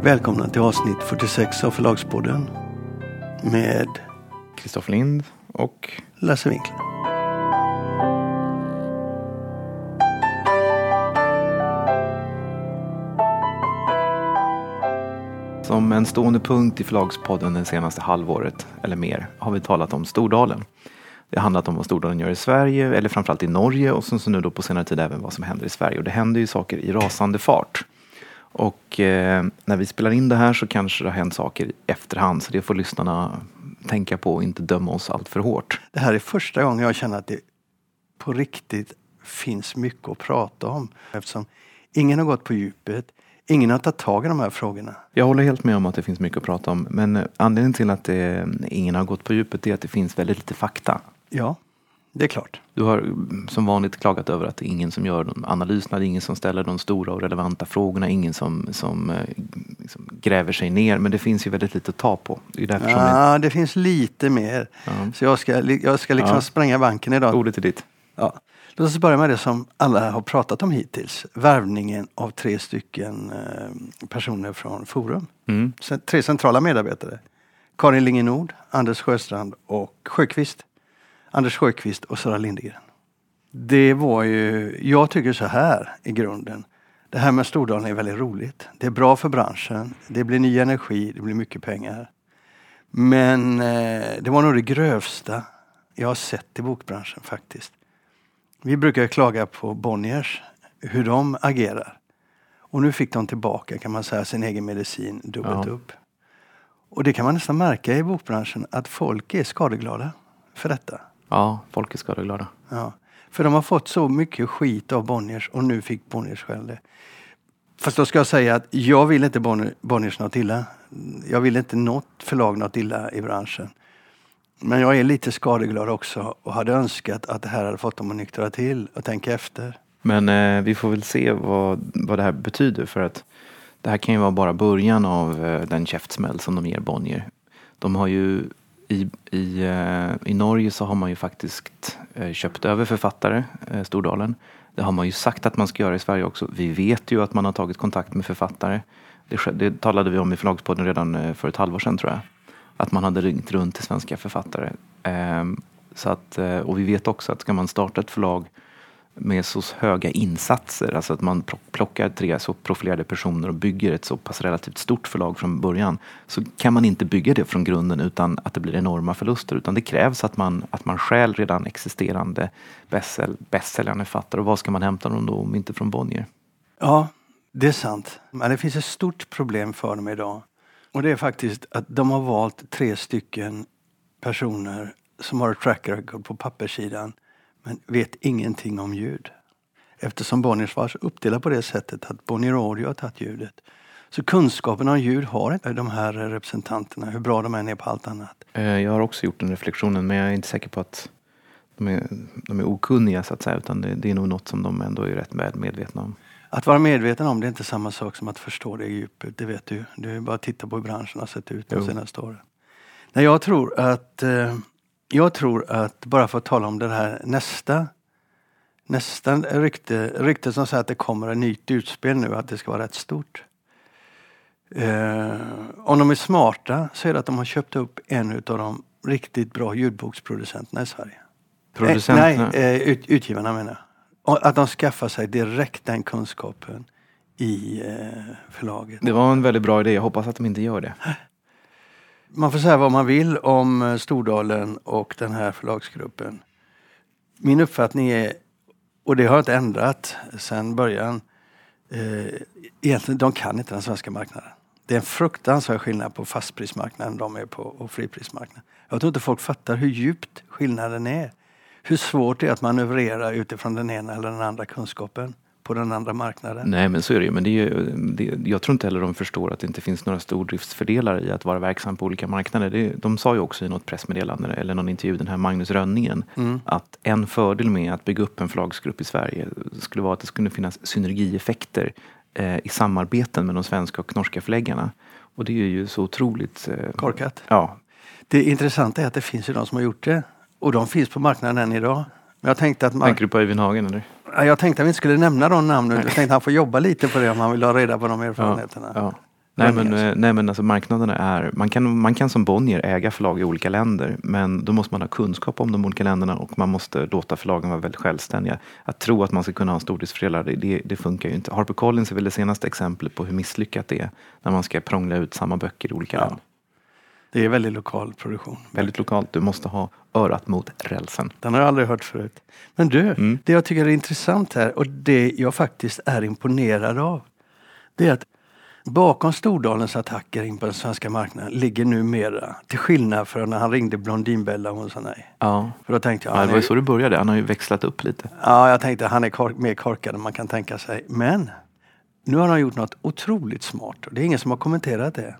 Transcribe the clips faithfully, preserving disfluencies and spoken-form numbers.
Välkomna till avsnitt fyrtiosex av Förlagspodden med Kristoffer Lind och Lasse Winkler. Som en stående punkt i Förlagspodden det senaste halvåret eller mer har vi talat om Stordalen. Det har handlat om vad Stordalen gör i Sverige eller framförallt i Norge och så nu då på senare tid även vad som händer i Sverige. Och det händer ju saker i rasande fart. Och eh, när vi spelar in det här så kanske det har hänt saker i efterhand, så det får lyssnarna tänka på och inte döma oss allt för hårt. Det här är första gången jag känner att det på riktigt finns mycket att prata om. Eftersom ingen har gått på djupet, ingen har tagit tag i de här frågorna. Jag håller helt med om att det finns mycket att prata om, men anledningen till att det, ingen har gått på djupet är att det finns väldigt lite fakta. Ja, det är klart. Du har som vanligt klagat över att det är ingen som gör de analyserna, det är ingen som ställer de stora och relevanta frågorna, ingen som, som liksom gräver sig ner, men det finns ju väldigt lite att ta på. Det är därför ja, som det finns lite mer. Ja. Så jag ska, jag ska liksom Ja. spränga banken idag. Ordet är ditt. Ja. Låt oss börja med det som alla har pratat om hittills. Värvningen av tre stycken eh, personer från Forum. Mm. Sen, tre centrala medarbetare. Karin Lingenord, Anders Sjöstrand och Sjöqvist. Anders Sjöqvist och Sara Lindegren. Det var ju, jag tycker så här i grunden. Det här med Stordalen är väldigt roligt. Det är bra för branschen. Det blir ny energi, det blir mycket pengar. Men eh, det var nog det grövsta jag har sett i bokbranschen faktiskt. Vi brukar klaga på Bonniers, hur de agerar. Och nu fick de tillbaka, kan man säga, sin egen medicin dubbelt Ja. upp. Och det kan man nästan märka i bokbranschen att folk är skadeglada för detta. Ja, folk är skadeglada. Ja. För de har fått så mycket skit av Bonniers och nu fick Bonniers själv det. Fast då ska jag säga att jag vill inte Bonnier, Bonniers något illa. Jag vill inte något förlag något illa i branschen. Men jag är lite skadeglad också och hade önskat att det här hade fått dem att nyktra till och tänka efter. Men eh, vi får väl se vad, vad det här betyder, för att det här kan ju vara bara början av eh, den käftsmäll som de ger Bonnier. De har ju i, i, eh, i Norge så har man ju faktiskt eh, köpt över författare, eh, Stordalen. Det har man ju sagt att man ska göra i Sverige också. Vi vet ju att man har tagit kontakt med författare. Det, det talade vi om i Förlagspodden redan eh, för ett halvår sedan, tror jag. Att man hade ringt runt till svenska författare. Eh, så att, eh, och vi vet också att ska man starta ett förlag med så höga insatser, alltså att man plockar tre så profilerade personer och bygger ett så pass relativt stort förlag från början, så kan man inte bygga det från grunden utan att det blir enorma förluster, utan det krävs att man, att man själv redan existerande bästsälj, bästsäljande författare. Och vad ska man hämta dem då om inte från Bonnier? Ja, det är sant. Men det finns ett stort problem för dem idag. Och det är faktiskt att de har valt tre stycken personer som har ett track record på papperssidan men vet ingenting om ljud. Eftersom Bonniers var uppdelat på det sättet att Bonnier Audio har tagit ljudet. Så kunskapen om ljud har inte de här representanterna, hur bra de än är på allt annat. Jag har också gjort den reflektionen, men jag är inte säker på att de är, de är okunniga så att säga, utan det, det är nog något som de ändå är rätt väl medvetna om. Att vara medveten om det är inte samma sak som att förstå det djupet, det vet du. Du bara titta på hur branschen har sett ut de senaste åren. Nej, jag tror att eh, jag tror att bara för att tala om det här nästa nästa rykte, rykte som säger att det kommer ett nytt utspel nu, att det ska vara rätt stort. Eh, om de är smarta så är det att de har köpt upp en av de riktigt bra ljudboksproducenterna i Sverige. Producenterna? Eh, nej, eh, ut, utgivarna menar jag. Och att de skaffar sig direkt den kunskapen i eh, förlaget. Det var en väldigt bra idé. Jag hoppas att de inte gör det. Man får säga vad man vill om Stordalen och den här förlagsgruppen. Min uppfattning är, och det har inte ändrat sedan början, eh, egentligen de kan inte den svenska marknaden. Det är en fruktansvärd skillnad på fastprismarknaden de är på och friprismarknaden. Jag tror inte folk fattar hur djupt skillnaden är. Hur svårt det är att manövrera utifrån den ena eller den andra kunskapen på den andra marknaden. Nej, men så är det ju. Men det är ju, det, jag tror inte heller de förstår att det inte finns några stordriftsfördelar i att vara verksam på olika marknader. Det, de sa ju också i något pressmeddelande eller någon intervju, den här Magnus Rönningen, mm. att en fördel med att bygga upp en förlagsgrupp i Sverige skulle vara att det skulle finnas synergieffekter eh, i samarbeten med de svenska och norska förläggarna. Och det är ju så otroligt... Eh, korkat. Ja. Det intressanta är att det finns ju de som har gjort det. Och de finns på marknaden än idag. Men jag tänkte att man... Tänker du på Öyvind Hagen eller? Jag tänkte att vi inte skulle nämna de namnen. Jag tänkte att han får jobba lite på det om han vill ha reda på de erfarenheterna. Ja, ja. Nej men, nej men alltså marknaderna är, man kan, man kan som Bonnier äga förlag i olika länder, men då måste man ha kunskap om de olika länderna och man måste låta förlagen vara väldigt självständiga. Att tro att man ska kunna ha stordriftsfördelar, det, det funkar ju inte. HarperCollins är väl det senaste exemplet på hur misslyckat det är när man ska prångla ut samma böcker i olika ja. länder. Det är väldigt lokal produktion. Väldigt lokalt, du måste ha örat mot rälsen. Den har jag aldrig hört förut. Men du, mm. det jag tycker är intressant här och det jag faktiskt är imponerad av, det är att bakom Stordalens attacker in på den svenska marknaden ligger numera, till skillnad från när han ringde Blondinbella och hon sa nej. Ja, för då tänkte jag, ja det var ju så det började, han har ju växlat upp lite. Ja, jag tänkte han är kork, mer korkad än man kan tänka sig. Men nu har han gjort något otroligt smart och det är ingen som har kommenterat det.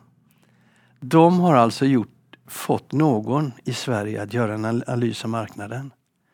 De har alltså gjort, fått någon i Sverige att göra en analys av marknaden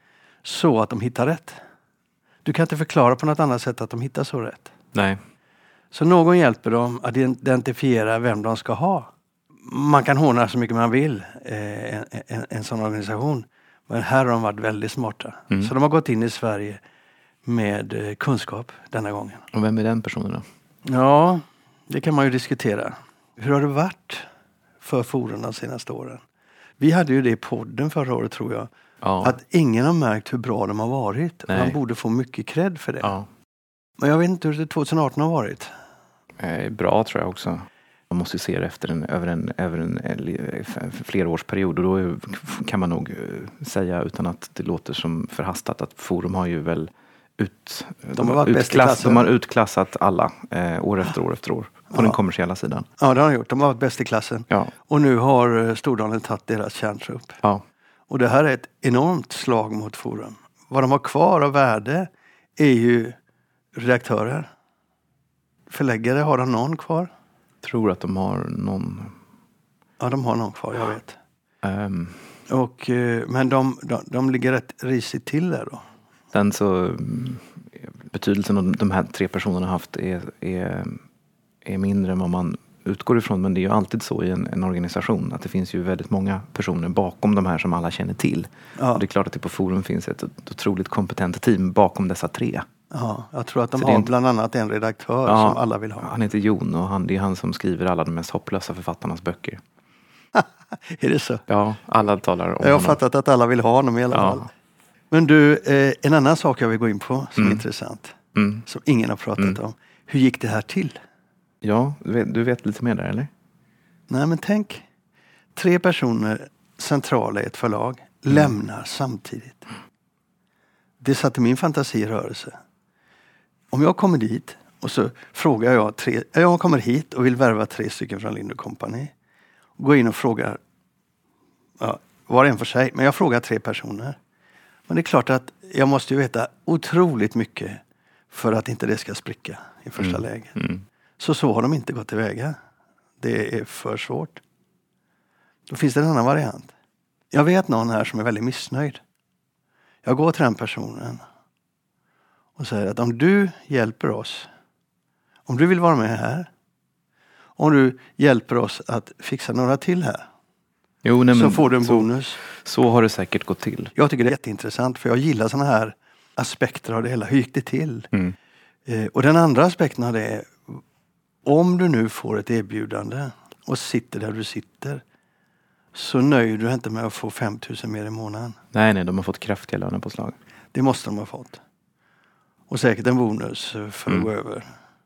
så att de hittar rätt. Du kan inte förklara på något annat sätt att de hittar så rätt. Nej. Så någon hjälper dem att identifiera vem de ska ha. Man kan håna så mycket man vill eh, en, en, en sån organisation. Men här har de varit väldigt smarta. Mm. Så de har gått in i Sverige med eh, kunskap denna gången. Och vem är den personen då? Ja, det kan man ju diskutera. Hur har det varit för Forum de senaste åren? Vi hade ju det i podden förra året tror jag. Ja. Att ingen har märkt hur bra de har varit. Nej. Och man borde få mycket cred för det. Ja. Men jag vet inte hur det tjugo arton har varit. Eh, bra tror jag också. Man måste ju se det efter en, över en, över en, en flerårsperiod. Och då är, kan man nog säga utan att det låter som förhastat att Forum har ju väl ut, de, de, har, utklass, de har utklassat alla eh, år efter år efter år. På ja. den kommersiella sidan. Ja, det har de gjort. De har varit bäst i klassen. Ja. Och nu har Stordalen tagit deras kärntrupp. Ja. Och det här är ett enormt slag mot Forum. Vad de har kvar av värde är ju redaktörer. Förläggare, har de någon kvar? Tror att de har någon. Ja, de har någon kvar, jag vet. Um. Och, men de, de, de ligger rätt risigt till där då. Den så betydelsen av de här tre personerna har haft är, är, är mindre än vad man utgår ifrån. Men det är ju alltid så i en, en organisation att det finns ju väldigt många personer bakom de här som alla känner till. Ja. Och det är klart att det på Forum finns ett otroligt kompetent team bakom dessa tre. Ja, jag tror att de så har inte bland annat en redaktör ja, som alla vill ha. Han heter Jon och han, det är han som skriver alla de mest hopplösa författarnas böcker. Är det så? Ja, alla talar om Jag har honom. fattat att alla vill ha honom i alla ja. fall. Men du, eh, en annan sak jag vill gå in på som mm. är intressant. Mm. Som ingen har pratat mm. om. Hur gick det här till? Ja, du vet, du vet lite mer där, eller? Nej, men tänk. Tre personer centrala i ett förlag mm. lämnar samtidigt. Det satte min fantasi i rörelse. Om jag kommer dit och så frågar jag tre, jag kommer hit och vill värva tre stycken från Lind och Company. Går in och frågar, ja, var en för sig, men jag frågar tre personer. Men det är klart att jag måste ju veta otroligt mycket för att inte det ska spricka i första mm. läget. Mm. Så så har de inte gått tillväga. Det är för svårt. Då finns det en annan variant. Jag vet någon här som är väldigt missnöjd. Jag går till den personen och säger att om du hjälper oss, om du vill vara med här, om du hjälper oss att fixa några till här, jo, nej, så får du en så, bonus. Så har det säkert gått till. Jag tycker det är jätteintressant för jag gillar sådana här aspekter av det hela. Hur gick det till? Mm. Eh, och den andra aspekten av det är, om du nu får ett erbjudande och sitter där du sitter, så nöjer du inte med att få fem tusen mer i månaden. Nej, nej, de har fått kraftiga lönepåslag. Det måste de ha fått. Och säkert en bonus för mm. att gå över.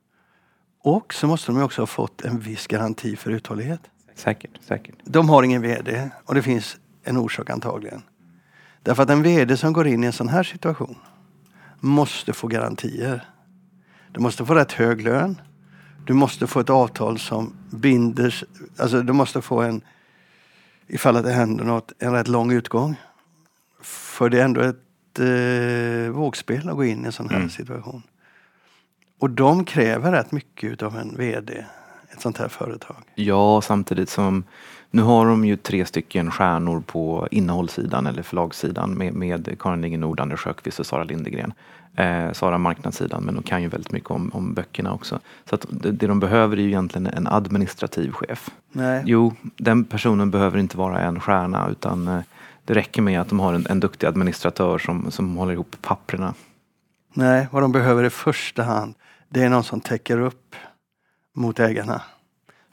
Och så måste de också ha fått en viss garanti för uthållighet. Säkert, säkert. De har ingen vd och det finns en orsak antagligen. Därför att en vd som går in i en sån här situation måste få garantier. Du måste få rätt hög lön. Du måste få ett avtal som binder, alltså du måste få en, ifall att det händer något, en rätt lång utgång. För det är ändå ett eh, vågspel att gå in i en sån här mm. situation. Och de kräver rätt mycket av en vd, ett sånt här företag. Ja, samtidigt som nu har de ju tre stycken stjärnor på innehållssidan eller förlagssidan med, med Karin Lingenord, Anders Sjökvist och Sara Lindegren. Eh, Sara marknadssidan, men de kan ju väldigt mycket om, om böckerna också. Så att det, det de behöver är ju egentligen en administrativ chef. Nej. Jo, den personen behöver inte vara en stjärna utan eh, det räcker med att de har en, en duktig administratör som, som håller ihop papperna. Nej, vad de behöver i första hand, det är någon som täcker upp mot ägarna.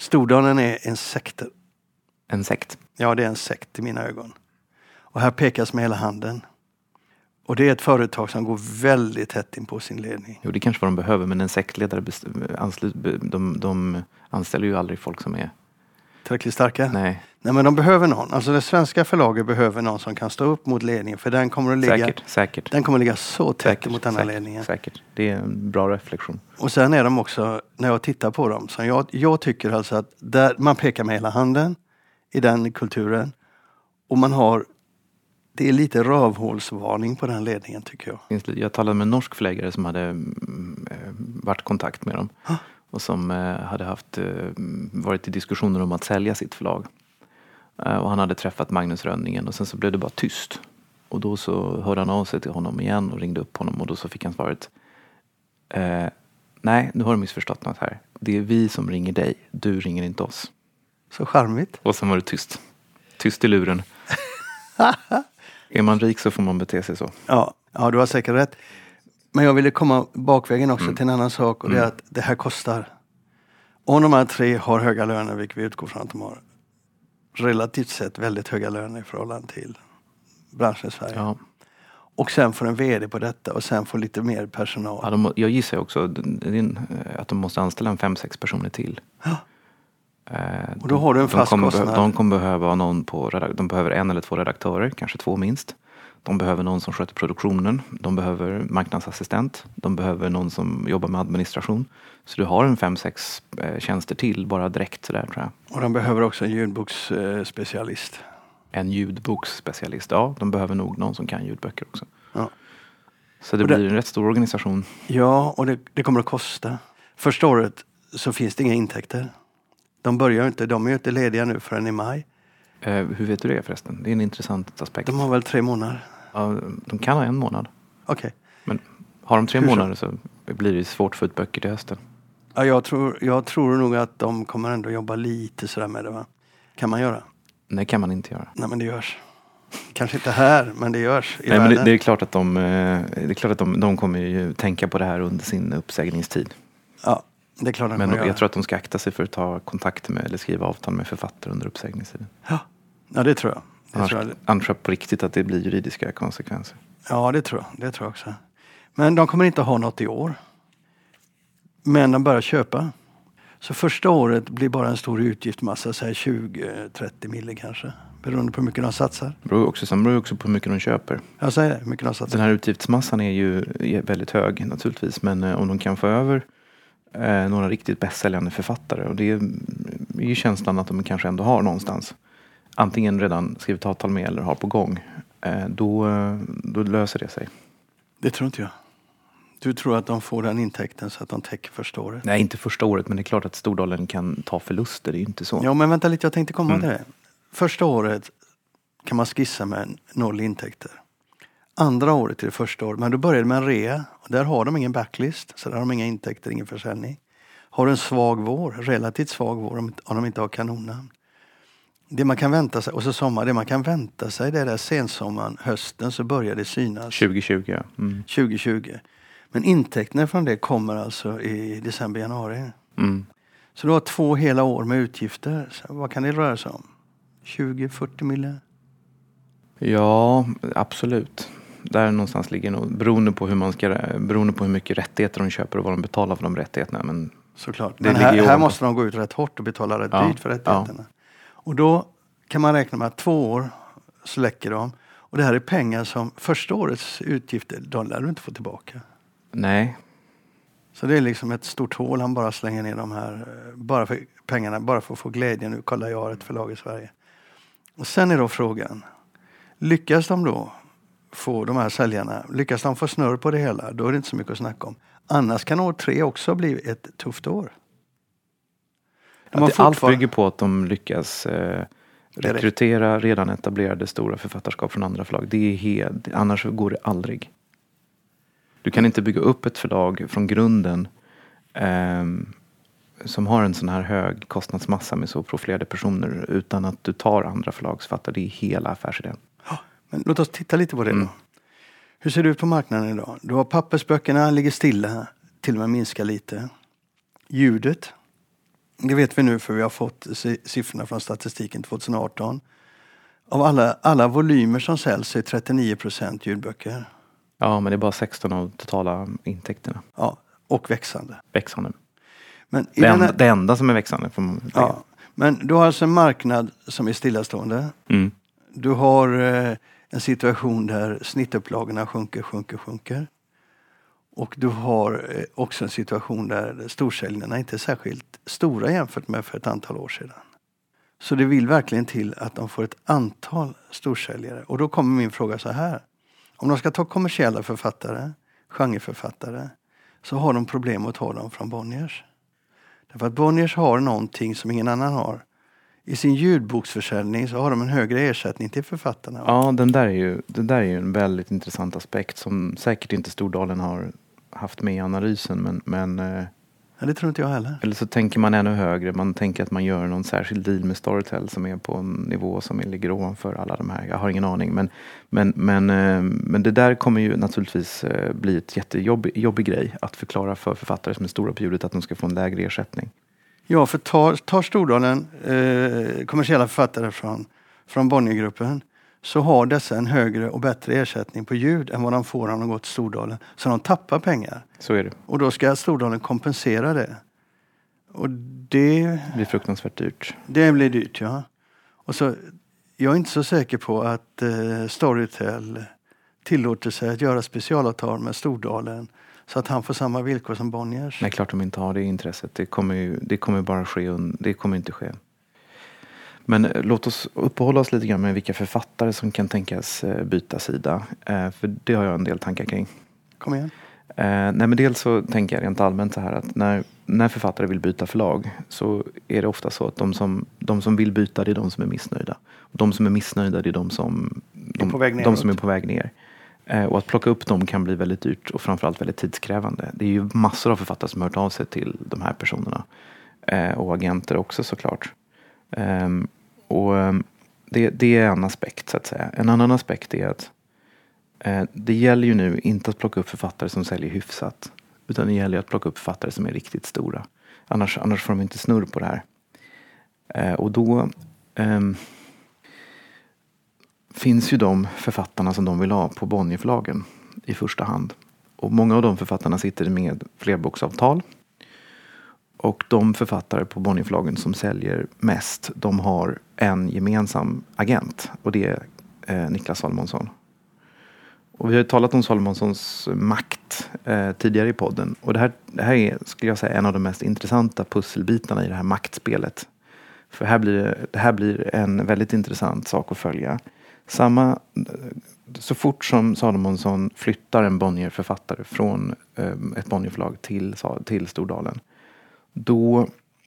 Stordalen är en sekt. En sekt? Ja, det är en sekt i mina ögon. Och här pekas med hela handen. Och det är ett företag som går väldigt tätt in på sin ledning. Jo, det är kanske vad de behöver, men en sektledare best- anslut, de, de anställer ju aldrig folk som är... Tillräckligt starka? Nej. Nej, men de behöver någon. Alltså det svenska förlaget behöver någon som kan stå upp mot ledningen. För den kommer att ligga, säkert, säkert. Den kommer att ligga så tätt säkert, mot den här säkert, ledningen. Säkert. Det är en bra reflektion. Och sen är de också, när jag tittar på dem, så jag, jag tycker alltså att där man pekar med hela handen i den kulturen. Och man har, det är lite rövhålsvarning på den ledningen tycker jag. Jag talade med en norsk förläggare som hade varit i kontakt med dem. Ah. Och som hade haft, varit i diskussioner om att sälja sitt förlag. Och han hade träffat Magnus Rönningen och sen så blev det bara tyst. Och då så hörde han av sig till honom igen och ringde upp honom och då så fick han svaret. Eh, nej, nu har du missförstått något här. Det är vi som ringer dig, du ringer inte oss. Så charmigt. Och sen var det tyst. Tyst i luren. Är man rik så får man bete sig så. Ja, ja, du har säkert rätt. Men jag ville komma bakvägen också Mm. till en annan sak och det är Mm. att det här kostar. Om de här tre har höga löner, vilket vi utgår från att de har, relativt sett väldigt höga löner i förhållande till branschen i Sverige. Ja. Och sen får en vd på detta och sen får lite mer personal. Ja, de, jag gissar också att de måste anställa en fem, sex personer till. Ja. Eh, Och då har du en de fast kommer, kostnad. De kommer behöva någon på redak- de behöver en eller två redaktörer, kanske två minst. De behöver någon som sköter produktionen. De behöver marknadsassistent. De behöver någon som jobbar med administration. Så du har en fem, sex eh, tjänster till bara direkt sådär tror jag. Och de behöver också en ljudboksspecialist. En ljudboksspecialist. Ja, de behöver nog någon som kan ljudböcker också. Ja. Så det, Och det blir en rätt stor organisation. Ja, och det, det kommer att kosta. Första året så finns det inga intäkter. De börjar inte, de är ju inte lediga nu förrän i maj. Eh, hur vet du det förresten? Det är en intressant aspekt. De har väl tre månader? Ja, de kan ha en månad. Okej. Okay. Men har de tre Hur så? månader så blir det svårt för böcker till hösten. Ja, jag tror, jag tror nog att de kommer ändå jobba lite sådär med det, va? Kan man göra? Nej, kan man inte göra. Nej, men det görs. Kanske inte här, men det görs i Nej, men världen. det, det är klart att, de, det är klart att de, de kommer ju tänka på det här under sin uppsägningstid. Ja, det är klart att Men de jag gör. tror att de ska akta sig för att ta kontakter med eller skriva avtal med författare under uppsägningstiden. Ja, ja det tror jag. Det Annars, tror jag. annars tror jag på riktigt att det blir juridiska konsekvenser. Ja, det tror jag. Det tror jag också. Men de kommer inte ha något i år. Men de börjar köpa. Så första året blir bara en stor utgiftsmassa, så här tjugo trettio mille kanske. Beroende på hur mycket de satsar. Det beror också, sen beror det också på hur mycket de köper. Jag säger det, hur mycket de satsar. Den här utgiftsmassan är ju är väldigt hög naturligtvis. Men eh, om de kan få över eh, några riktigt bästsäljande författare. Och det är, är ju känslan att de kanske ändå har någonstans. Antingen redan skrivit avtal med eller har på gång. Eh, då, då löser det sig. Det tror inte jag. Du tror att de får den intäkten så att de täcker första året? Nej, inte första året, men det är klart att Stordalen kan ta förluster, det är ju inte så. Ja, men vänta lite, jag tänkte komma Mm. till det. Första året kan man skissa med noll intäkter. Andra året är det första året, men då börjar det med en rea. Och där har de ingen backlist, så där har de inga intäkter, ingen försäljning. Har du en svag vår, relativt svag vår om, om de inte har kanonnamn. Det man kan vänta sig, och så sommar, det man kan vänta sig det är där sensommaren, hösten så börjar det synas. tjugo tjugo, ja. Mm. tjugo tjugo. Men intäkterna från det kommer alltså i december, januari. Mm. Så du har två hela år med utgifter. Så vad kan det röra sig om? tjugo fyrtio miljoner? Ja, absolut. Där någonstans ligger nog, beroende på hur man ska, beroende på hur mycket rättigheter de köper och vad de betalar för de rättigheterna. Men Såklart. det Men ligger här, ju här ovanpå. måste de gå ut rätt hårt och betala rätt Ja, dyrt för rättigheterna. Och då kan man räkna med att två år så läcker de. Och det här är pengar som första årets utgifter, de lär du inte få tillbaka. nej, Så det är liksom ett stort hål, han bara slänger ner de här eh, bara för pengarna, bara för att få glädje. Nu kollar jag ett förlag i Sverige. Och sen är då frågan, lyckas de då få de här säljarna, lyckas de få snurr på det hela, då är det inte så mycket att snacka om. Annars kan år tre också bli ett tufft år. De har att det, allt fortfarande- bygger på att de lyckas eh, rekrytera redan etablerade stora författarskap från andra förlag. Det är helt, annars går det aldrig. Du kan inte bygga upp ett förlag från grunden ehm, som har en sån här hög kostnadsmassa med så profilerade personer utan att du tar andra förlagsfattare. Det är hela affärsidén. Men låt oss titta lite på det Mm. då. Hur ser det ut på marknaden idag? Du har pappersböckerna ligger stilla, till och med minskar lite. Ljudet Det vet vi nu för vi har fått siffrorna från statistiken tjugo arton. Av alla, alla volymer som säljs är trettionio procent ljudböcker. Ja, men det är bara sexton av totala intäkterna. Ja, och växande. Växande. Men det, enda, här... det enda som är växande. Får man ja, men du har alltså en marknad som är stillastående. Mm. Du har eh, en situation där snittupplagorna sjunker, sjunker, sjunker. Och du har eh, också en situation där storsäljningarna inte är särskilt stora jämfört med för ett antal år sedan. Så det vill verkligen till att de får ett antal storsäljare. Och då kommer min fråga så här. Om de ska ta kommersiella författare, genreförfattare, så har de problem att ta dem från Bonniers. Därför att Bonniers har någonting som ingen annan har. I sin ljudboksförsäljning så har de en högre ersättning till författarna. Ja, den där är ju, den där är ju en väldigt intressant aspekt som säkert inte Stordalen har haft med i analysen. Men, men, ja, det tror inte jag heller. Eller så tänker man ännu högre. Man tänker att man gör någon särskild deal med Storytel som är på en nivå som ligger ovanför alla de här. Jag har ingen aning. Men, men, men, men det där kommer ju naturligtvis bli ett jättejobbig jobbig grej att förklara för författare som är stora på ljudet att de ska få en lägre ersättning. Ja, för tar, tar Stordalen eh, kommersiella författare från, från Bonniergruppen så har dessa en högre och bättre ersättning på ljud än vad de får om de går till Stordalen. Så de tappar pengar. Så är det. Och då ska Stordalen kompensera det. Och det... Det blir fruktansvärt dyrt. Det blir dyrt, ja. Och så, jag är inte så säker på att eh, Storytel tillåter sig att göra specialavtal med Stordalen så att han får samma villkor som Bonniers. Nej, klart de inte har det intresset. Det kommer ju, det kommer bara ske. Und- det kommer inte ske. Men eh, låt oss uppehålla oss lite grann med vilka författare som kan tänkas eh, byta sida. Eh, för det har jag en del tankar kring. Kom igen. Eh, nej, men dels så tänker jag rent allmänt så här att när, när författare vill byta förlag så är det ofta så att de som, de som vill byta det är de som är missnöjda. Och de som är missnöjda det är de som, de, är på väg de som är på väg ner. Eh, och att plocka upp dem kan bli väldigt dyrt och framförallt väldigt tidskrävande. Det är ju massor av författare som har hört av sig till de här personerna. Eh, och agenter också såklart. Um, och um, det, det är en aspekt så att säga. En annan aspekt är att uh, det gäller ju nu inte att plocka upp författare som säljer hyfsat. Utan det gäller att plocka upp författare som är riktigt stora. Annars, annars får de inte snurr på det här. Uh, och då um, finns ju de författarna som de vill ha på Bonnierförlagen i första hand. Och många av de författarna sitter med flerboksavtal. Och de författare på Bonnierförlagen som säljer mest, de har en gemensam agent. Och det är eh, Niklas Salomonsson. Och vi har ju talat om Salomonssons makt eh, tidigare i podden. Och det här, det här är, skulle jag säga, en av de mest intressanta pusselbitarna i det här maktspelet. För här blir, det här blir en väldigt intressant sak att följa. Samma, så fort som Salomonsson flyttar en Bonnier-författare från eh, ett Bonnierförlag till, till Stordalen, då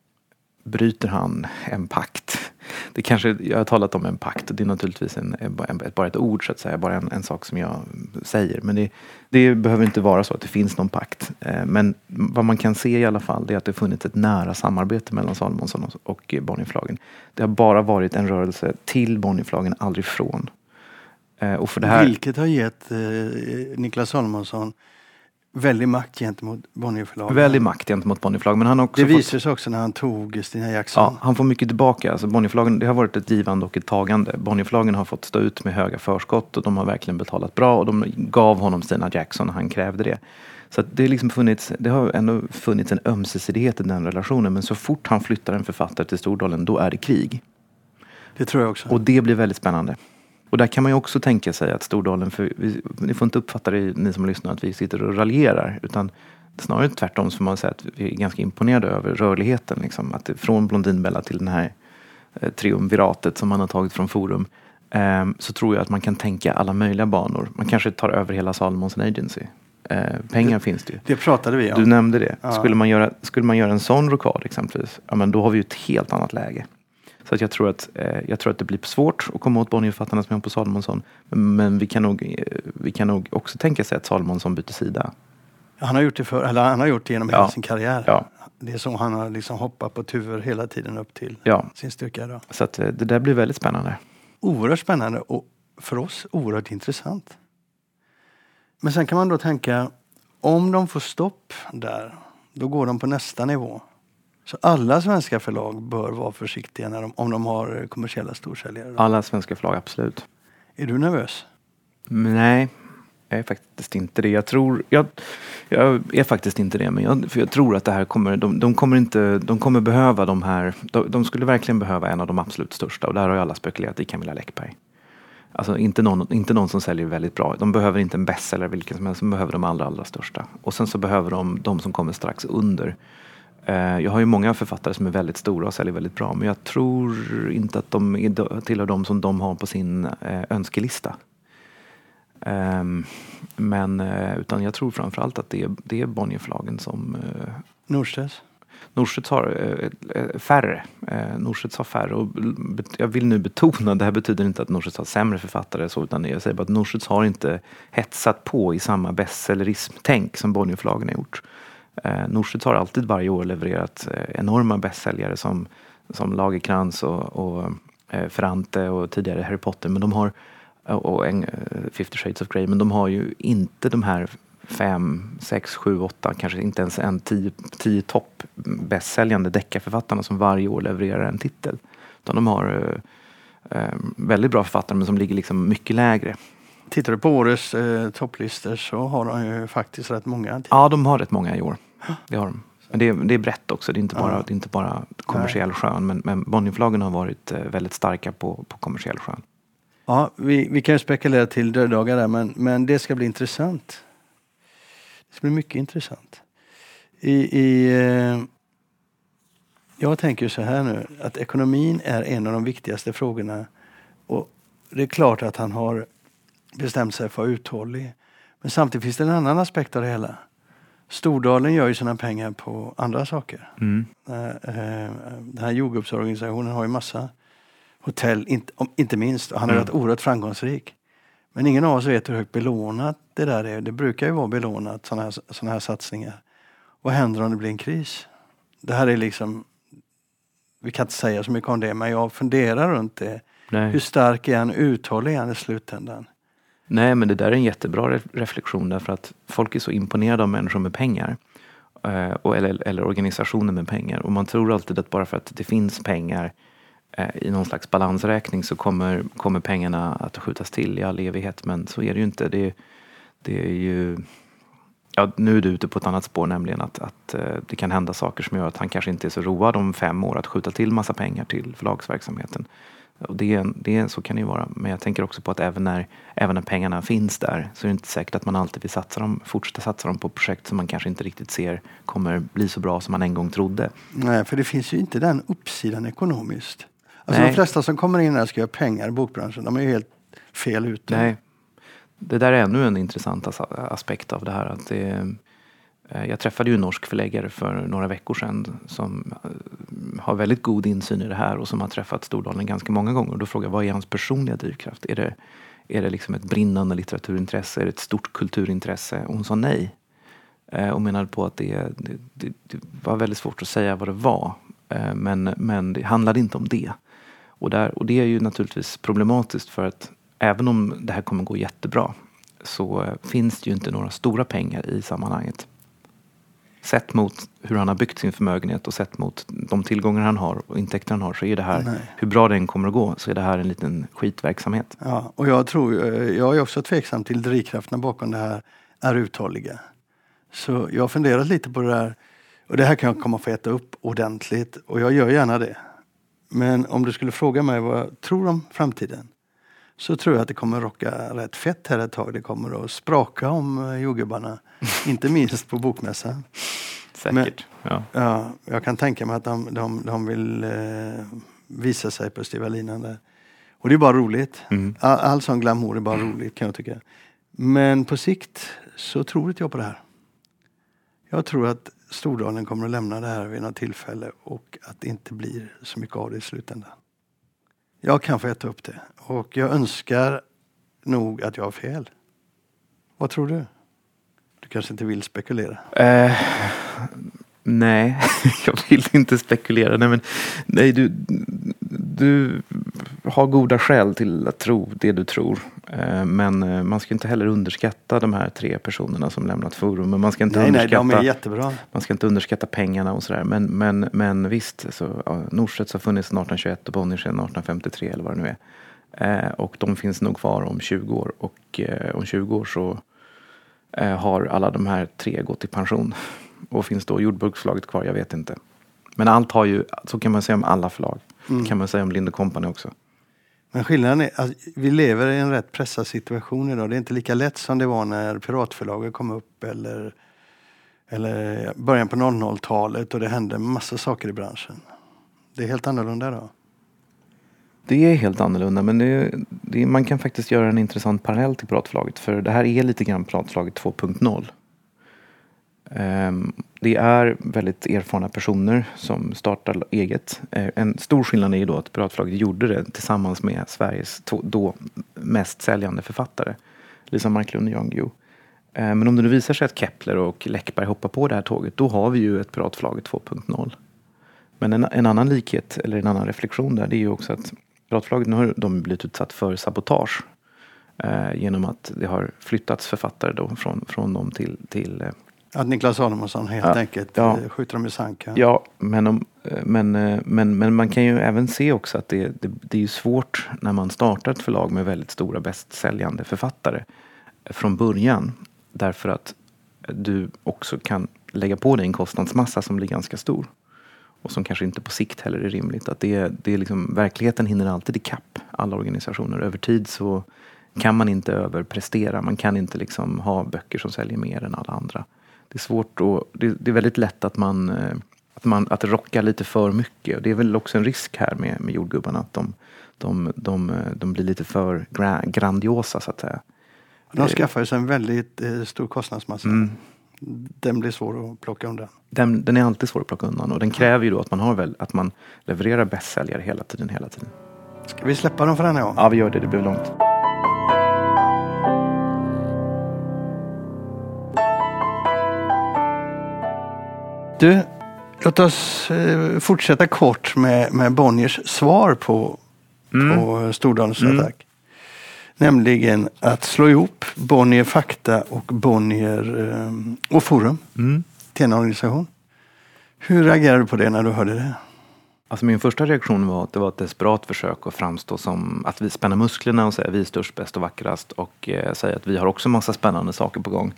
bryter han en pakt. Det kanske, jag har talat om en pakt. Det är naturligtvis en, en, bara ett ord så att säga. Bara en, en sak som jag säger. Men det, det behöver inte vara så att det finns någon pakt. Men vad man kan se i alla fall är att det har funnits ett nära samarbete mellan Salomonsson och Bonnierförlagen. Det har bara varit en rörelse till Bonnierförlagen, aldrig från. Och för det här... Vilket har gett eh, Niklas Salomonsson väldig makt gentemot Bonnierförlagen. Väldig makt gentemot Bonnierförlagen. Men han har också det visar fått... sig också när han tog Stina Jackson. Ja, han får mycket tillbaka. Alltså Bonnierförlagen, det har varit ett givande och ett tagande. Bonnierförlagen har fått stå ut med höga förskott och de har verkligen betalat bra och de gav honom Stina Jackson när han krävde det. Så att det, är liksom funnits, det har ändå funnits en ömsesidighet i den relationen, men så fort han flyttar en författare till Stordalen, då är det krig. Det tror jag också. Och det blir väldigt spännande. Och där kan man ju också tänka sig att Stordalen, för vi, ni får inte uppfatta det, ni som lyssnar, att vi sitter och raljerar, utan snarare tvärtom så får man säga att vi är ganska imponerade över rörligheten. Liksom. Att det, från Blondinbella till den här eh, triumviratet som man har tagit från Forum, eh, så tror jag att man kan tänka alla möjliga banor. Man kanske tar över hela Salomonsson Agency. Eh, pengar det, finns det ju. Det pratade vi om. Du nämnde det. Ja. Skulle, man göra, skulle man göra en sån rokad exempelvis, ja, men då har vi ju ett helt annat läge. Så att jag, tror att, eh, jag tror att det blir svårt att komma åt Bonnierförfattarna som är på Salomonsson. Men, men vi, kan nog, eh, vi kan nog också tänka sig att Salomonsson byter sida. Han har gjort det, för, eller han har gjort det genom hela ja. sin karriär. Ja. Det är så han har liksom hoppat på tuvor hela tiden upp till ja. sin styrka idag. Så att, eh, det där blir väldigt spännande. Oerhört spännande och för oss oerhört intressant. Men sen kan man då tänka, om de får stopp där, då går de på nästa nivå. Så alla svenska förlag bör vara försiktiga när de, om de har kommersiella storsäljare. Alla svenska förlag, absolut. Är du nervös? Nej, jag är faktiskt inte det. Jag tror, jag, jag är faktiskt inte det, men jag, för jag tror att det här kommer, de, de kommer inte, de kommer behöva de här, de, de skulle verkligen behöva en av de absolut största, och där har ju alla spekulerat i Camilla Läckberg. Alltså inte någon, inte någon som säljer väldigt bra. De behöver inte en bestseller vilken som helst, de behöver de allra, allra största. Och sen så behöver de de som kommer strax under. Jag har ju många författare som är väldigt stora och säljer väldigt bra, men jag tror inte att de är tillhör de som de har på sin önskelista. Men utan jag tror framförallt att det är, det är Bonnierförlagen som... Norstedts? Norstedts har färre. Norstedts har färre, och jag vill nu betona, det här betyder inte att Norstedts har sämre författare, så, utan jag säger bara att Norstedts har inte hetsat på i samma bestsellerism-tänk som Bonnierförlagen har gjort. Eh, Norstedts har alltid varje år levererat eh, enorma bästsäljare som, som Lagerkrans och, och eh, Ferrante och tidigare Harry Potter, men de har och en, Fifty Shades of Grey, men de har ju inte de här fem, sex, sju, åtta, kanske inte ens en tio, tio topp bästsäljande deckarförfattarna som varje år levererar en titel. Utan de har eh, eh, väldigt bra författare, men som ligger liksom mycket lägre. Tittar du på årets eh, topplistor så har de ju faktiskt rätt många. Ja, de har rätt många i år. Det har de. Men det är, det är brett också. Det är inte bara, ja. det är inte bara kommersiell skön. Men, men Bonnierförlagen har varit eh, väldigt starka på, på kommersiell skön. Ja, vi, vi kan ju spekulera till döddagar där. Men, men det ska bli intressant. Det ska bli mycket intressant. I, i, eh, jag tänker så här nu. Att ekonomin är en av de viktigaste frågorna. Och det är klart att han har bestämt sig för att vara uthållig. Men samtidigt finns det en annan aspekt av det hela. Stordalen gör ju sina pengar på andra saker. Mm. Den här jordgubbsorganisationen har ju massa hotell, inte, inte minst. Och han har mm. varit oerhört framgångsrik. Men ingen av oss vet hur högt belånat det där är. Det brukar ju vara belånat, sådana här, såna här satsningar. Vad händer om det blir en kris? Det här är liksom, vi kan inte säga så mycket om det, men jag funderar runt det. Nej. Hur stark är han, uthållig är han i slutändan? Nej, men det där är en jättebra reflektion, därför att folk är så imponerade av människor med pengar. Eh, eller, eller organisationer med pengar. Och man tror alltid att bara för att det finns pengar eh, i någon slags balansräkning så kommer, kommer pengarna att skjutas till i all evighet. Men så är det ju inte. Det, det är ju... Ja, nu är du ute på ett annat spår, nämligen att, att eh, det kan hända saker som gör att han kanske inte är så road om fem år att skjuta till massa pengar till förlagsverksamheten. Och det, det, så kan det ju vara. Men jag tänker också på att även när, även när pengarna finns där så är det inte säkert att man alltid vill satsa dem, fortsätta satsa dem på projekt som man kanske inte riktigt ser kommer bli så bra som man en gång trodde. Nej, för det finns ju inte den uppsidan ekonomiskt. Alltså Nej. De flesta som kommer in här och ska göra pengar i bokbranschen, de är ju helt fel ute. Nej. Det där är ännu en intressant aspekt av det här. Att det, jag träffade ju en norsk förläggare för några veckor sedan som har väldigt god insyn i det här och som har träffat Stordalen ganska många gånger. Och då frågade jag, vad är hans personliga drivkraft? Är det, är det liksom ett brinnande litteraturintresse? Är det ett stort kulturintresse? Och hon sa nej. Och menade på att det, det, det, det var väldigt svårt att säga vad det var. Men, men det handlade inte om det. Och, där, och det är ju naturligtvis problematiskt, för att även om det här kommer gå jättebra så finns det ju inte några stora pengar i sammanhanget. Sett mot hur han har byggt sin förmögenhet och sett mot de tillgångar han har och intäkter han har, så är det här, Nej. hur bra den kommer att gå, så är det här en liten skitverksamhet. Ja, och jag tror, jag är också tveksam till drivkrafterna bakom det här är uthålliga. Så jag har funderat lite på det där, och det här kan jag komma få äta upp ordentligt, och jag gör gärna det. Men om du skulle fråga mig vad jag tror om framtiden, så tror jag att det kommer rocka rätt fett här ett tag. Det kommer att spraka om jordgubbarna. Inte minst på bokmässan. Säkert. Men, ja. Ja, jag kan tänka mig att de, de, de vill eh, visa sig på Stivalinan där. Och det är bara roligt. Mm. All, all sån glamour är bara roligt, kan jag tycka. Men på sikt så tror inte jag på det här. Jag tror att Stordalen kommer att lämna det här vid något tillfälle och att det inte blir så mycket av det i slutändan. Jag kan få äta upp det. Och jag önskar nog att jag har fel. Vad tror du? Du kanske inte vill spekulera? Uh, nej, jag vill inte spekulera. Nej, men, nej, du, du har goda skäl till att tro det du tror. Men man ska inte heller underskatta de här tre personerna som lämnat forum. Men man ska inte nej, underskatta, nej, de är jättebra. Man ska inte underskatta pengarna och sådär. Men, men, men visst, så, ja, Norstedts har funnits sedan arton tjugoett och Bonnier sedan arton femtiotre eller vad det nu är. Eh, och de finns nog kvar om tjugo år. Och eh, om tjugo år så eh, har alla de här tre gått i pension. Och finns då jordbruksförlaget kvar, jag vet inte. Men allt har ju, så kan man säga om alla förlag. Mm. Kan man säga om Lind och Company också. Men skillnaden är att vi lever i en rätt pressad situation idag. Det är inte lika lätt som det var när piratförlaget kom upp eller, eller början på noll noll-talet och det hände massa saker i branschen. Det är helt annorlunda då. Det är helt annorlunda, men det, det, man kan faktiskt göra en intressant parallell till piratförlaget. För det här är lite grann piratförlaget två punkt noll. Um, det är väldigt erfarna personer som startar eget. Uh, en stor skillnad är ju då att piratförlaget gjorde det tillsammans med Sveriges to- då mest säljande författare. Lisa Marklund och Jan Guillou. Uh, men om det nu visar sig att Kepler och Läckberg hoppar på det här tåget, då har vi ju ett piratförlaget två punkt noll. Men en, en annan likhet, eller en annan reflektion där, det är ju också att piratförlaget, nu har de blivit utsatt för sabotage. Uh, genom att det har flyttats författare då från, från dem till... till uh, Att Niklas Salomonsson helt ja, enkelt ja. skjuter dem i sank. Ja, ja men, om, men, men, men man kan ju även se också att det, det, det är ju svårt när man startar ett förlag med väldigt stora bästsäljande författare från början. Därför att du också kan lägga på dig en kostnadsmassa som blir ganska stor. Och som kanske inte på sikt heller är rimligt. Att det, det är liksom, verkligheten hinner alltid ikapp alla organisationer. Över tid så kan man inte överprestera. Man kan inte liksom ha böcker som säljer mer än alla andra. Det är svårt och det, det är väldigt lätt att man att man att rocka lite för mycket. Och det är väl också en risk här med, med jordgubbarna att de, de, de, de blir lite för gra, grandiosa så att säga. De skaffar ju sig en väldigt eh, stor kostnadsmassa. Mm. Den blir svår att plocka undan. Den, den är alltid svår att plocka undan och den kräver ju då att man har väl att man levererar bästsäljare hela tiden hela tiden. Ska vi släppa dem för den här gången? Ja, vi gör det. Det blir långt. Du, låt oss eh, fortsätta kort med, med Bonniers svar på, mm. på Stordalens mm. attack. Nämligen att slå ihop Bonnier Fakta och Bonnier eh, och Forum mm. till en organisation. Hur reagerade du på det när du hörde det? Alltså min första reaktion var att det var ett desperat försök att framstå som att vi spänner musklerna och säger vi är störst, bäst och vackrast och eh, säga att vi har också massa spännande saker på gång.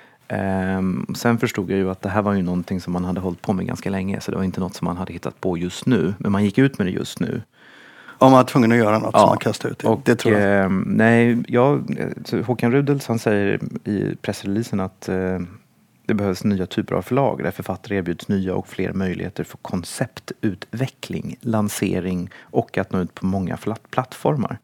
Um, sen förstod jag ju att det här var ju någonting som man hade hållit på med ganska länge, så det var inte något som man hade hittat på just nu, men man gick ut med det just nu. Om man var tvungen att göra något ja, som man kastade ut det, och, det tror jag. Eh, nej, jag, Håkan Rudels han säger i pressreleasen att eh, det behövs nya typer av förlag där författare erbjuds nya och fler möjligheter för konceptutveckling, lansering och att nå ut på många plattformar.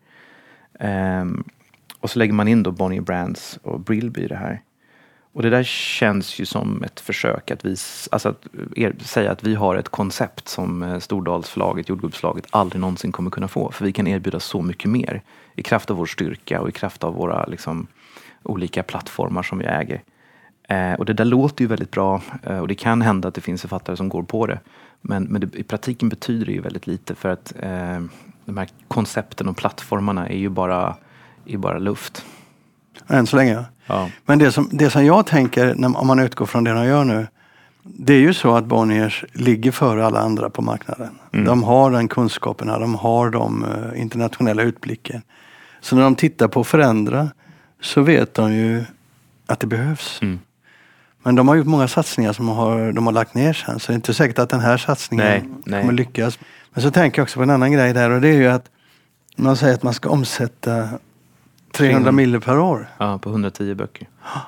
Eh, och så lägger man in då Bonnier Brands och Brilby i det här. Och det där känns ju som ett försök att, vis, alltså att er, säga att vi har ett koncept som Stordalsförlaget, Jordgubbsförlaget aldrig någonsin kommer kunna få. För vi kan erbjuda så mycket mer i kraft av vår styrka och i kraft av våra liksom, olika plattformar som vi äger. Eh, och det där låter ju väldigt bra eh, och det kan hända att det finns författare som går på det. Men, men det, i praktiken betyder det ju väldigt lite för att eh, de här koncepten och plattformarna är ju bara, är bara luft. Än så länge. Ja. Men det som, det som jag tänker, när, om man utgår från det de gör nu, det är ju så att Bonniers ligger före alla andra på marknaden. Mm. De har den kunskapen, de har de uh, internationella utblicken. Så när de tittar på att förändra så vet de ju att det behövs. Mm. Men de har gjort många satsningar som har, de har lagt ner sen, så det är inte säkert att den här satsningen nej, nej. kommer lyckas. Men så tänker jag också på en annan grej där, och det är ju att man säger att man ska omsätta trehundra miljoner per år. Ja, på hundratio böcker.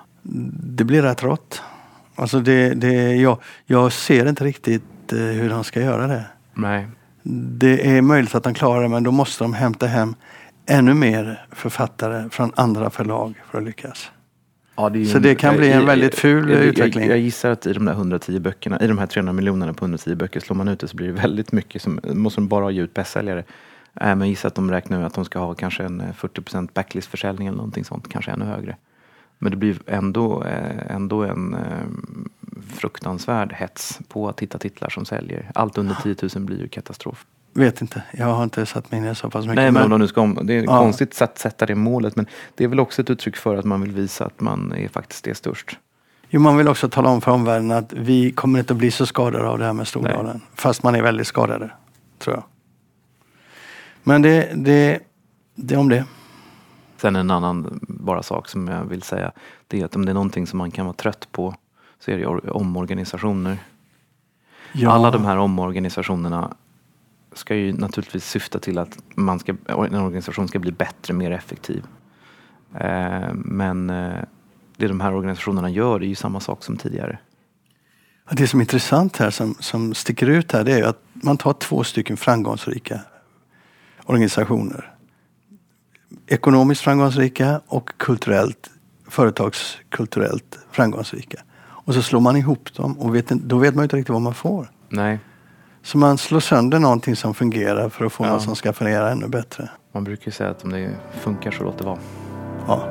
Det blir rätt rått. Alltså det, det, jag, jag ser inte riktigt eh, hur de ska göra det. Nej. Det är möjligt att de klarar det, men då måste de hämta hem ännu mer författare från andra förlag för att lyckas. Ja, det så det kan bli en väldigt ful jag, jag, utveckling. Jag, jag gissar att i de där hundratio böckerna, i de här trehundra miljonerna på hundratio böcker, slår man ut det så blir det väldigt mycket. Som, måste de bara ge ut bästsäljare. Äh, men jag gissar att de räknar med att de ska ha kanske en fyrtio procent backlistförsäljning eller någonting sånt, kanske ännu högre. Men det blir ändå, eh, ändå en eh, fruktansvärd hets på att hitta titlar som säljer. Allt under tio tusen blir ju katastrof. Vet inte. Jag har inte satt mig in i så pass mycket. Nej, men om de nu ska om, det är ett Ja. konstigt sätt att sätta det målet. Men det är väl också ett uttryck för att man vill visa att man är faktiskt är störst. Jo, man vill också tala om för omvärlden att vi kommer inte att bli så skadade av det här med Stordalen. Nej. Fast man är väldigt skadade, tror jag. Men det, det, det är om det. Sen en annan bara sak som jag vill säga. Det är att om det är någonting som man kan vara trött på så är det omorganisationer. Ja. Alla de här omorganisationerna ska ju naturligtvis syfta till att man ska, en organisation ska bli bättre, mer effektiv. Eh, men eh, det de här organisationerna gör är ju samma sak som tidigare. Det som är intressant här, som, som sticker ut här, det är att man tar två stycken framgångsrika organisationer. Ekonomiskt framgångsrika och kulturellt, företagskulturellt framgångsrika. Och så slår man ihop dem och vet, då vet man inte riktigt vad man får. Nej. Så man slår sönder någonting som fungerar för att få Ja. något som ska fungera ännu bättre. Man brukar ju säga att om det funkar så låt det vara. Ja.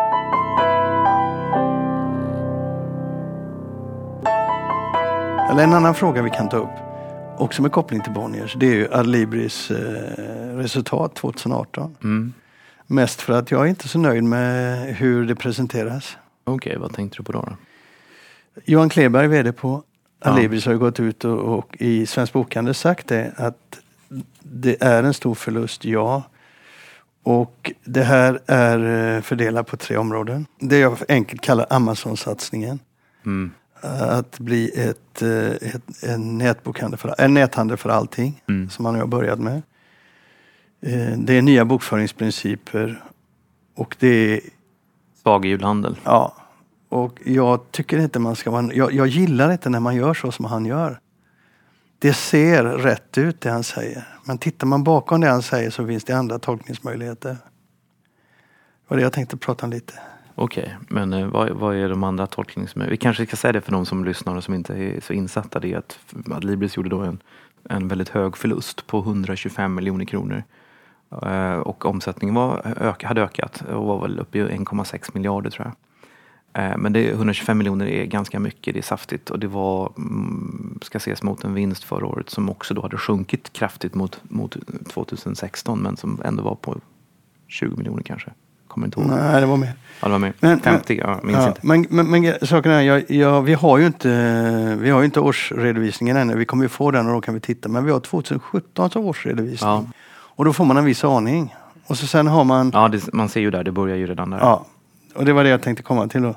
Eller en annan fråga vi kan ta upp, också med koppling till Bonniers, det är ju Adlibris eh, resultat tjugoarton. Mm. Mest för att jag är inte så nöjd med hur det presenteras. Okej, okay, vad tänkte du på då? då? Johan Kleberg, vd på Adlibris, Ja. har ju gått ut och, och i Svensk Bokhandel sagt det, att det är en stor förlust, ja. Och det här är fördelat på tre områden. Det jag enkelt kallar Amazon-satsningen. Mm. Att bli ett, ett, en, nätbokhandel för, en näthandel för allting, Mm. som man nu har börjat med. Det är nya bokföringsprinciper och det är... Svag julhandel. Ja, och jag tycker inte man ska vara... Jag, jag gillar inte när man gör så som han gör. Det ser rätt ut det han säger. Men tittar man bakom det han säger så finns det andra tolkningsmöjligheter. Det var det jag tänkte prata om lite. Okej, okay, men eh, vad, vad är de andra tolkningsmöjligheterna? Vi kanske ska säga det för de som lyssnar och som inte är så insatta. Det är att Adlibris gjorde då en, en väldigt hög förlust på hundratjugofem miljoner kronor. Eh, och omsättningen var, ök, hade ökat och var väl uppe i en komma sex miljarder tror jag. Men det, hundratjugofem miljoner är ganska mycket, det är saftigt och det var, ska ses mot en vinst förra året som också då hade sjunkit kraftigt mot, mot tjugohundrasexton men som ändå var på tjugo miljoner kanske. Kommer inte ihåg. Nej, det var mer. Ja, det var mer. Men, femtio, ja, minns ja, inte. Men, men, men saken är, jag, jag, vi har ju inte vi har ju inte årsredovisningen ännu. Vi kommer ju få den och då kan vi titta. Men vi har tjugosjutton som årsredovisning. Ja. Och då får man en viss aning. Och så sen har man... Ja, det, man ser ju där, det börjar ju redan där. Ja, och det var det jag tänkte komma till då.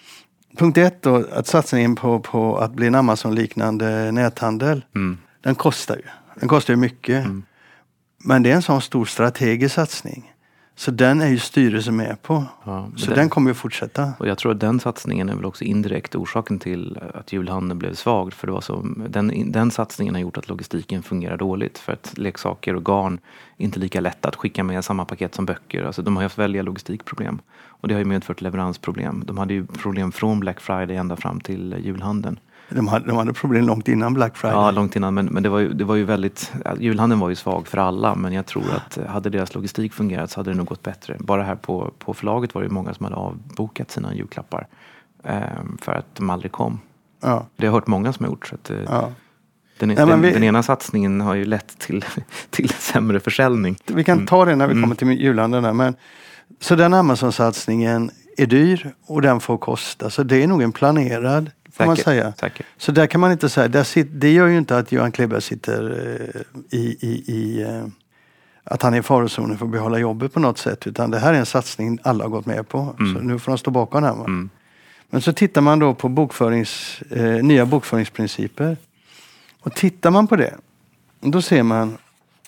Punkt ett då, att satsningen på, på att bli en Amazon-liknande näthandel, Mm. den kostar ju. Den kostar ju mycket. Mm. Men det är en sån stor strategisk satsning. Så den är ju styrelsen med på. Ja, Så den, den kommer ju fortsätta. och jag tror att den satsningen är väl också indirekt orsaken till att julhandeln blev svag. För det var så, den, den satsningen har gjort att logistiken fungerar dåligt. För att leksaker och garn är inte lika lätt att skicka med samma paket som böcker. Alltså de har haft väldiga logistikproblem. Och det har ju medfört leveransproblem. De hade ju problem från Black Friday ända fram till julhandeln. De hade, de hade problem långt innan Black Friday. Ja, långt innan. Men, men det, var ju, det var ju väldigt... Julhandeln var ju svag för alla. Men jag tror att hade deras logistik fungerat så hade det nog gått bättre. Bara här på, på förlaget var det många som hade avbokat sina julklappar. Eh, för att de aldrig kom. Ja. Det har jag hört många som har gjort. Så att, eh, Ja. den, Ja, men den, vi- den ena satsningen har ju lett till, till sämre försäljning. Vi kan ta det när vi kommer till julhandeln där. Men, så den Amazon-satsningen är dyr och den får kosta. Så det är nog en planerad, får man Säkert, säga. säkert. Så där kan man inte säga. Där sit, det gör ju inte att Johan Kleberg sitter eh, i, i, i eh, att han är i farozonen för att behålla jobbet på något sätt. Utan det här är en satsning alla har gått med på. Mm. Så nu får de stå bakom den här. Va? Mm. Men så tittar man då på bokförings, eh, nya bokföringsprinciper. Och tittar man på det, då ser man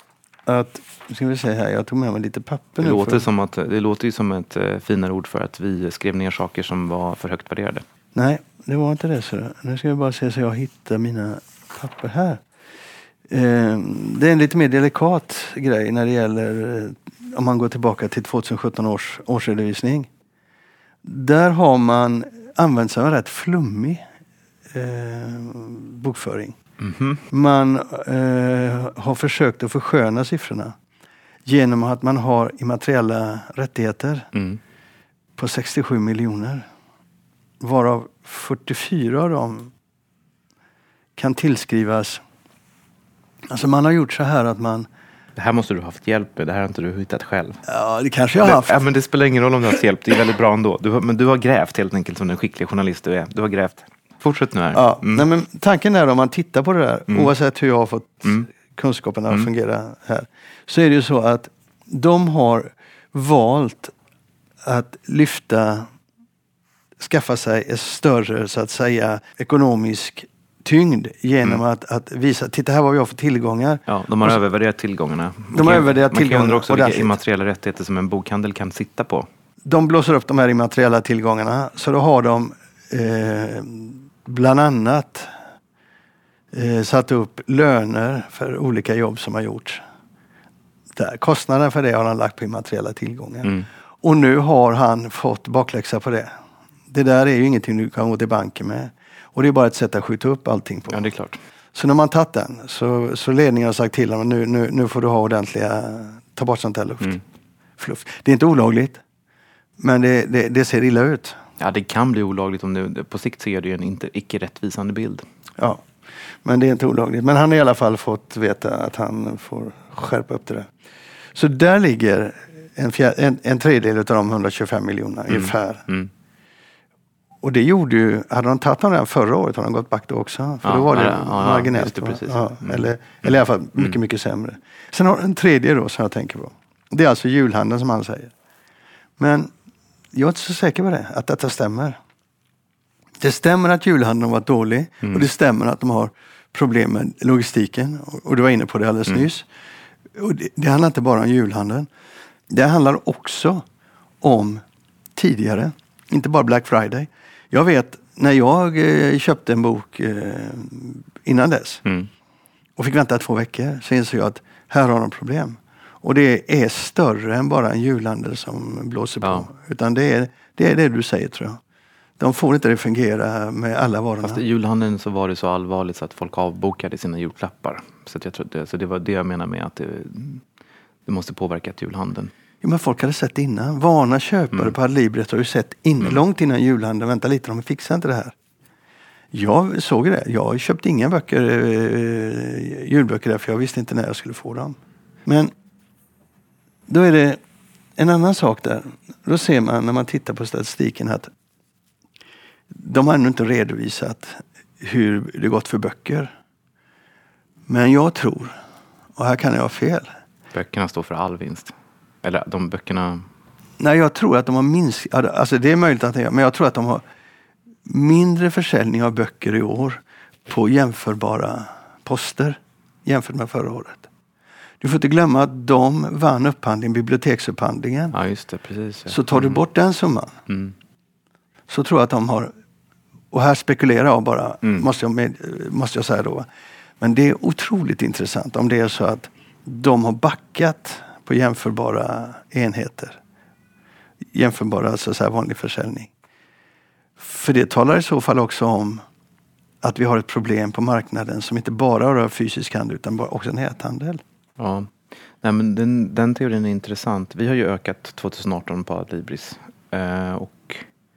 att, nu ska vi se här, jag tog med mig lite papper Det, nu. låter för- som att, det låter ju som ett eh, finare ord för att vi skrev ner saker som var för högt värderade. Nej, det var inte det. Så. Nu ska vi bara se så jag hittar mina papper här. Eh, det är en lite mer delikat grej när det gäller, eh, om man går tillbaka till tjugosjutton års årsredovisning. Där har man använt sig av en rätt flummig eh, bokföring. Mhm. Man eh, har försökt att försköna siffrorna genom att man har immateriella rättigheter Mm. på sextiosju miljoner. Varav fyrtiofyra av dem kan tillskrivas Alltså man har gjort så här att man... Det här måste du ha haft hjälp med. Det här har inte du hittat själv. Ja, det kanske jag har haft. Ja, men det spelar ingen roll om du har haft hjälp. Det är väldigt bra ändå. Du har, men du har grävt helt enkelt som den skickliga journalist du är. Du har grävt. Fortsätt nu här. Ja, mm. nej, men tanken är om man tittar på det där, Mm. oavsett hur jag har fått Mm. kunskapen att Mm. fungera här, så är det ju så att de har valt att lyfta, skaffa sig ett större, så att säga, ekonomisk tyngd genom Mm. att, att visa, titta här vad vi har för tillgångar. Ja, de har Och så- övervärderat tillgångarna. De har övervärderat Man kan tillgångarna undra också vilka ordentligt. immateriella rättigheter som en bokhandel kan sitta på. De blåser upp de här immateriella tillgångarna, så då har de eh, bland annat eh, satt upp löner för olika jobb som har gjorts. Där. Kostnaden för det har han lagt på immateriella tillgångar. Mm. Och nu har han fått bakläxa på det. Det där är ju ingenting du kan gå till banken med. Och det är bara ett sätt att skjuta upp allting på. Ja, det är klart. Så när man tagit den, så, så ledningen har sagt till honom, nu, nu, nu får du ha ordentliga, ta bort sånt här luft. Mm. Fluff. Det är inte olagligt, men det, det, det ser illa ut. Ja, det kan bli olagligt om det, på sikt ser det ju en inte, icke rättvisande bild. Ja, men det är inte olagligt. Men han har i alla fall fått veta att han får skärpa upp det där. Så där ligger en, fjär, en, en tredjedel av de hundratjugofem miljonerna Mm. ungefär. Mm. Och det gjorde ju, hade de tagit den förra året har de gått back då också. För Ja, då var det ja, ja, marginellt. just det, va? precis. Ja, Mm. eller, eller i alla fall mycket, Mm. mycket sämre. Sen har en tredje då som jag tänker på. Det är alltså julhandeln som han säger. Men jag är inte så säker på det, att detta stämmer. Det stämmer att julhandeln har varit dålig. Mm. Och det stämmer att de har problem med logistiken. Och, och du var inne på det alldeles Mm. nyss. Och det, det handlar inte bara om julhandeln. Det handlar också om tidigare. Inte bara Black Friday. Jag vet när jag eh, köpte en bok eh, innan dess. Mm. Och fick vänta två veckor. Så insåg jag att här har de problem. Och det är större än bara en julhandel som blåser Ja. på. Utan det är, det är det du säger, tror jag. De får inte det fungera med alla varorna. Fast i julhandeln så var det så allvarligt så att folk avbokade sina julklappar. Så, att jag trodde, så det var det jag menar med att det, det måste påverka julhandeln. Jo, men folk hade sett innan. Vana köpare Mm. på Adlibris har ju sett in, Mm. långt innan julhandeln. Vänta lite, de fixar inte det här. Jag såg det. Jag köpte inga böcker, eh, julböcker där, för jag visste inte när jag skulle få dem. Men då är det en annan sak där. Då ser man när man tittar på statistiken att de har ännu inte redovisat hur det gått för böcker. Men jag tror, och här kan jag ha fel. Böckerna står för all vinst. Eller de böckerna... Nej, jag tror att de har minskat, alltså det är möjligt att det är, men jag tror att de har mindre försäljning av böcker i år på jämförbara poster jämfört med förra året. Du får inte glömma att de vann upphandling, biblioteksupphandlingen. Ja, just det, precis. Ja. Så tar du bort den summan, Mm. så tror jag att de har, och här spekulerar jag bara, Mm. måste, jag med, måste jag säga då. Men det är otroligt intressant om det är så att de har backat på jämförbara enheter. Jämförbara, så att säga, vanlig försäljning. För det talar i så fall också om att vi har ett problem på marknaden som inte bara rör fysisk handel utan också näthandel. Ja, nej, men den, den teorin är intressant. Vi har ju ökat tjugoarton på Adlibris. Eh, och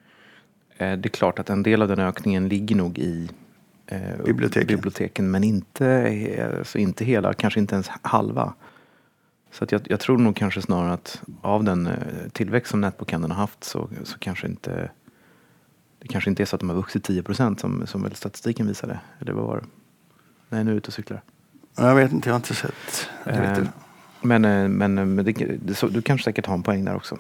eh, det är klart att en del av den ökningen ligger nog i eh, Biblioteken. biblioteken. Men inte, eh, alltså inte hela, kanske inte ens halva. Så att jag, jag tror nog kanske snarare att av den eh, tillväxt som nätbokhandeln har haft så, så kanske inte det kanske inte är så att de har vuxit tio procent som, som väl statistiken visade. Eller vad var det? Nej, nu är jag ute och cyklar. Jag vet inte, jag har inte sett. Jag vet Eh, inte. men eh, men, eh, men det, det, så, du kanske säkert har en poäng där också.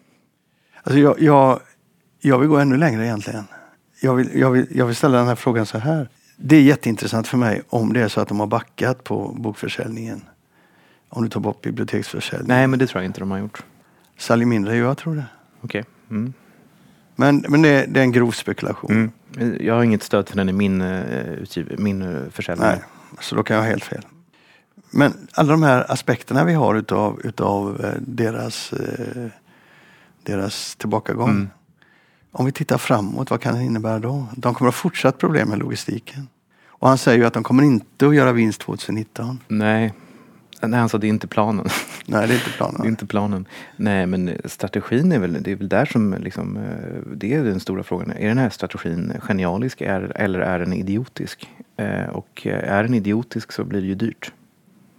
Alltså jag, jag, jag vill gå ännu längre egentligen. Jag vill, jag, vill, jag vill ställa den här frågan så här. Det är jätteintressant för mig om det är så att de har backat på bokförsäljningen. Om du tar bort biblioteksförsäljningen. Nej, men det tror jag inte de har gjort. Säljer mindre, jag tror det. Okej. Okay. Mm. Men, men det, är, det är en grov spekulation. Mm. Jag har inget stöd för den i min, uh, utgiv, min uh, försäljning. Nej, så då kan jag ha helt fel. Men alla de här aspekterna vi har utav, utav eh, deras, eh, deras tillbakagång. Mm. Om vi tittar framåt, vad kan det innebära då? De kommer att ha fortsatt problem med logistiken. Och han säger ju att de kommer inte att göra vinst tjugonitton. Nej. Nej, alltså det är inte planen. Nej, det är inte planen. Det är inte planen. Nej, men strategin är väl, det är väl där som liksom, det är den stora frågan. Är den här strategin genialisk är, eller är den idiotisk? Eh, och är den idiotisk så blir det ju dyrt.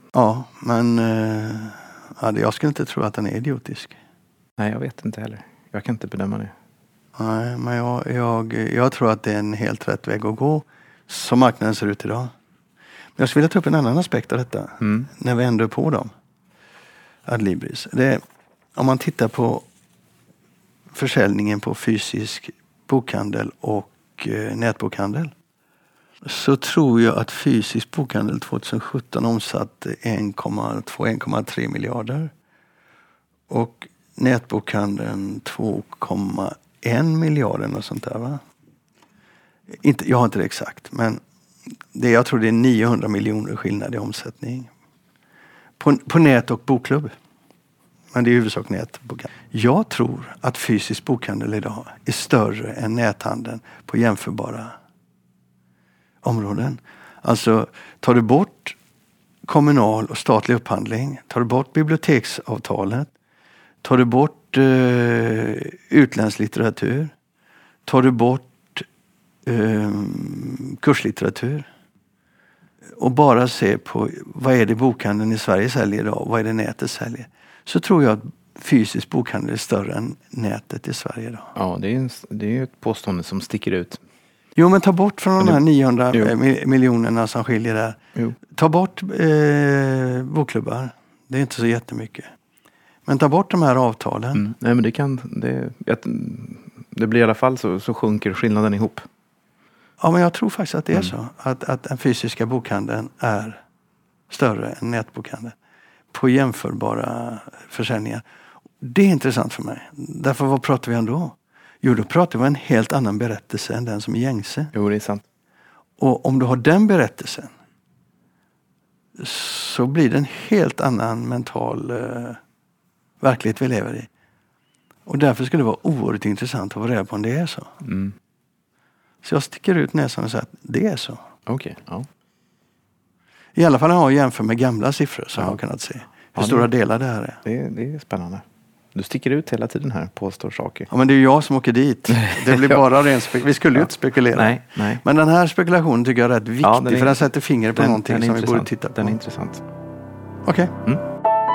Ja, men eh, ja, jag skulle inte tro att den är idiotisk. Nej, jag vet inte heller. Jag kan inte bedöma det. Nej, men jag, jag, jag tror att det är en helt rätt väg att gå som marknaden ser ut idag. Men jag skulle vilja ta upp en annan aspekt av detta. Mm. När vi ändå är på dem. Adlibris. Det är, om man tittar på försäljningen på fysisk bokhandel och eh, nätbokhandel. Så tror jag att fysisk bokhandel tjugohundrasjutton omsatte en komma två till en komma tre miljarder. Och nätbokhandeln två komma en miljarder och sånt där, va? Inte, jag har inte det exakt, men det, jag tror det är niohundra miljoner skillnad i omsättning. På, på nät och bokklubb. Men det är i huvudsak nätbokhandel. Jag tror att fysisk bokhandel idag är större än näthandeln på jämförbara områden. Alltså, tar du bort kommunal och statlig upphandling, tar du bort biblioteksavtalet, tar du bort eh, utländsk litteratur, tar du bort eh, kurslitteratur och bara se på vad är det bokhandeln i Sverige säljer idag, vad är det nätet säljer, så tror jag att fysisk bokhandel är större än nätet i Sverige idag. Ja, det är, en, det är ett påstående som sticker ut. Jo, men ta bort från men de här det, niohundra jo. miljonerna som skiljer där. Jo. Ta bort eh, bokklubbar. Det är inte så jättemycket. Men ta bort de här avtalen. Mm. Nej, men det kan... Det, det blir i alla fall så, så sjunker skillnaden ihop. Ja, men jag tror faktiskt att det är mm. så. Att, att den fysiska bokhandeln är större än nätbokhandeln. På jämförbara försäljningar. Det är intressant för mig. Därför vad pratar vi om då? Jo, då pratar vi om en helt annan berättelse än den som är gängse. Jo, det är sant. Och om du har den berättelsen så blir det en helt annan mental eh, verklighet vi lever i. Och därför skulle det vara oerhört intressant att få reda på om det är så. Mm. Så jag sticker ut näsan och säger att det är så. Okej, okay, ja. I alla fall har jag jämfört med gamla siffror så ja. Jag har kunnat se hur ja, stora det, delar det här är. Det, det är spännande. Du sticker ut hela tiden här, påstår saker. Ja, men det är ju jag som åker dit. Det blir bara ren spek- Vi skulle ju ja. inte spekulera. Nej, nej. Men den här spekulationen tycker jag är rätt viktig. Ja, den är, för den sätter fingret på den, någonting den som vi borde titta på. Den är intressant. Okej. Okay. Mm.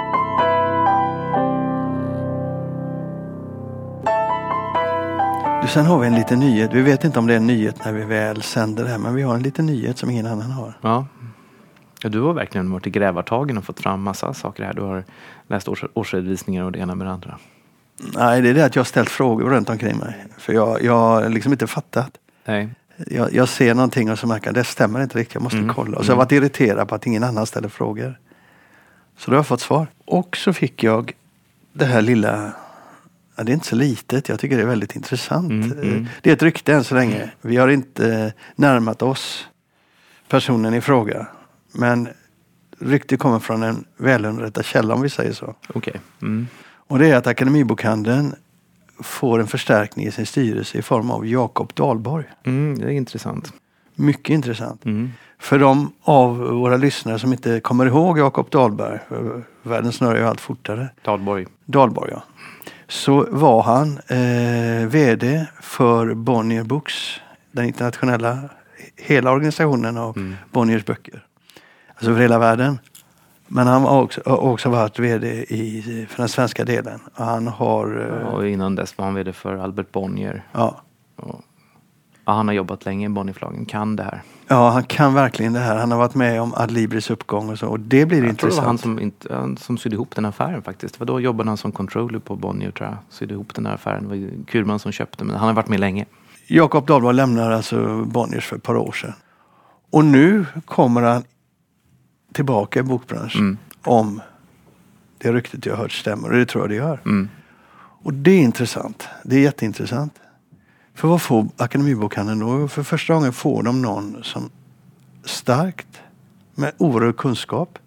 Du, sen har vi en liten nyhet. Vi vet inte om det är en nyhet när vi väl sänder det här. Men vi har en liten nyhet som ingen annan har. Ja. Ja, du har verkligen varit i grävartagen och fått fram massa saker här. Du har läst års- årsredovisningar och det ena med det andra. Nej, det är det att jag har ställt frågor runt omkring mig. För jag, jag har liksom inte fattat. Nej. Jag, jag ser någonting och så märker jag, det stämmer inte riktigt, jag måste mm. kolla. Och så har jag varit irriterad på att ingen annan ställer frågor. Så då har jag fått svar. Och så fick jag det här lilla, ja, det är inte så litet, jag tycker det är väldigt intressant. Mm, mm. Det är ett rykte än så länge. Vi har inte närmat oss personen i fråga. Men ryktet kommer från en välunderrättad källa, om vi säger så. Okej. Okay. Mm. Och det är att Akademibokhandeln får en förstärkning i sin styrelse i form av Jakob Dahlborg. Mm, det är intressant. Mycket intressant. Mm. För de av våra lyssnare som inte kommer ihåg Jakob Dahlberg, världen snurrar ju allt fortare. Dahlborg. Dahlborg, ja. Så var han eh, vd för Bonnier Books, den internationella, hela organisationen av mm. Bonniers böcker. Alltså över hela världen. Men han har också, också varit vd i, för den svenska delen. Och han har... Ja, och innan dess var han vd för Albert Bonnier. Ja. Och, ja, han har jobbat länge i Bonnierförlagen. Kan det här. Ja, han kan verkligen det här. Han har varit med om Adlibris uppgång och så. Och det blir jag intressant. Jag tror det var han som, inte, han som sydde ihop den här affären faktiskt. Det var då jobbade han som controller på Bonnier, tror jag. Sydde ihop den här affären. Det var Kurman som köpte, men han har varit med länge. Jakob Dahlborg lämnar alltså Bonniers för ett par år sedan. Och nu kommer han tillbaka i bokbranschen mm. om det ryktet jag har hört stämmer. Och det tror jag det gör. Mm. Och det är intressant. Det är jätteintressant. För vad får Akademibokhandeln då? För första gången får de någon som starkt med oerhörd kunskap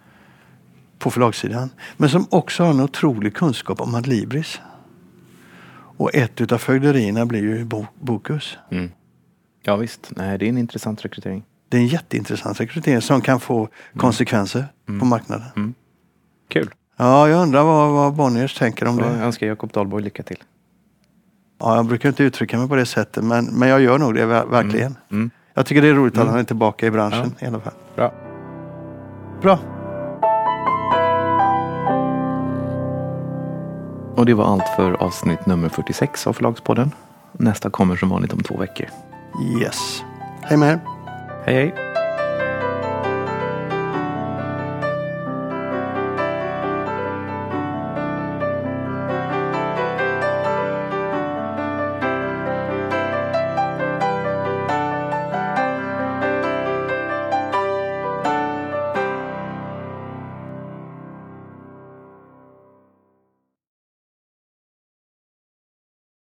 på förlagssidan. Men som också har en otrolig kunskap om Adlibris. Och ett utav fögderierna blir ju Bokus. Mm. Ja visst, nej, det är en intressant rekrytering. Det är en jätteintressant rekrytering som kan få mm. konsekvenser mm. på marknaden. Mm. Kul. Ja, jag undrar vad, vad Bonniers tänker om Så det. Jag önskar Jakob Dahlborg lycka till. Ja, jag brukar inte uttrycka mig på det sättet, men, men jag gör nog det verkligen. Mm. Mm. Jag tycker det är roligt att mm. han är tillbaka i branschen ja. i alla fall. Bra. Bra. Och det var allt för avsnitt nummer fyrtiosex av Förlagspodden. Nästa kommer som vanligt om två veckor. Yes. Hej med er. Hej hej.